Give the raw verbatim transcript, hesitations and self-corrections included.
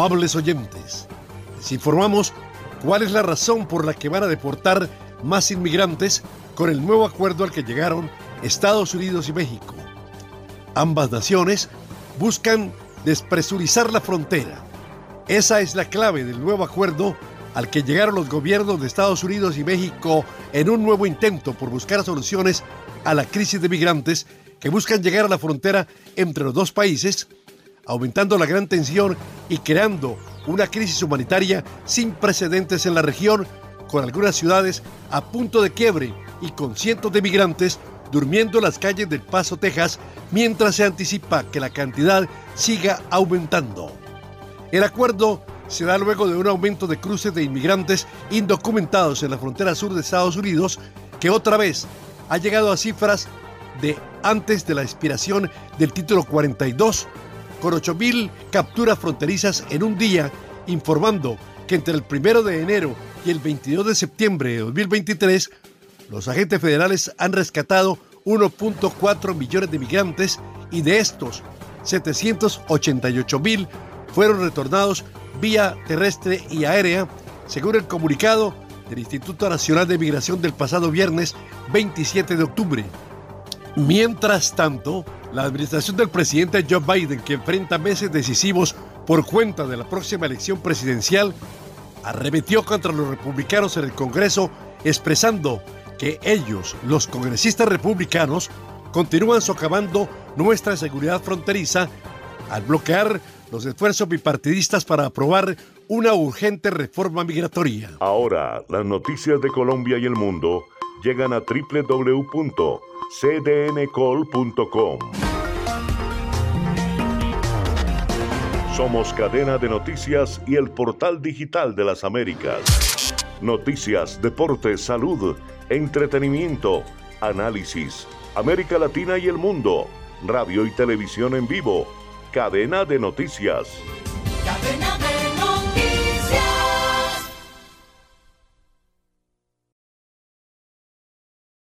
Amables oyentes, les informamos cuál es la razón por la que van a deportar más inmigrantes con el nuevo acuerdo al que llegaron Estados Unidos y México. Ambas naciones buscan despresurizar la frontera. Esa es la clave del nuevo acuerdo al que llegaron los gobiernos de Estados Unidos y México en un nuevo intento por buscar soluciones a la crisis de migrantes que buscan llegar a la frontera entre los dos países, aumentando la gran tensión y creando una crisis humanitaria sin precedentes en la región, con algunas ciudades a punto de quiebre y con cientos de migrantes durmiendo en las calles del Paso, Texas, mientras se anticipa que la cantidad siga aumentando. El acuerdo se da luego de un aumento de cruces de inmigrantes indocumentados en la frontera sur de Estados Unidos, que otra vez ha llegado a cifras de antes de la expiración del título cuarenta y dos, con ocho mil capturas fronterizas en un día, informando que entre el primero de enero y el veintidós de septiembre de dos mil veintitrés, los agentes federales han rescatado uno punto cuatro millones de migrantes y de estos, setecientos ochenta y ocho mil fueron retornados vía terrestre y aérea, según el comunicado del Instituto Nacional de Migración del pasado viernes veintisiete de octubre. Mientras tanto, la administración del presidente Joe Biden, que enfrenta meses decisivos por cuenta de la próxima elección presidencial, arremetió contra los republicanos en el Congreso, expresando que ellos, los congresistas republicanos, continúan socavando nuestra seguridad fronteriza al bloquear los esfuerzos bipartidistas para aprobar una urgente reforma migratoria. Ahora, las noticias de Colombia y el mundo llegan a doble u doble u doble u punto c d n col punto com. Somos cadena de noticias y el portal digital de las Américas. Noticias, deportes, salud, entretenimiento, análisis, América Latina y el mundo, radio y televisión en vivo. Cadena de noticias. Cadena de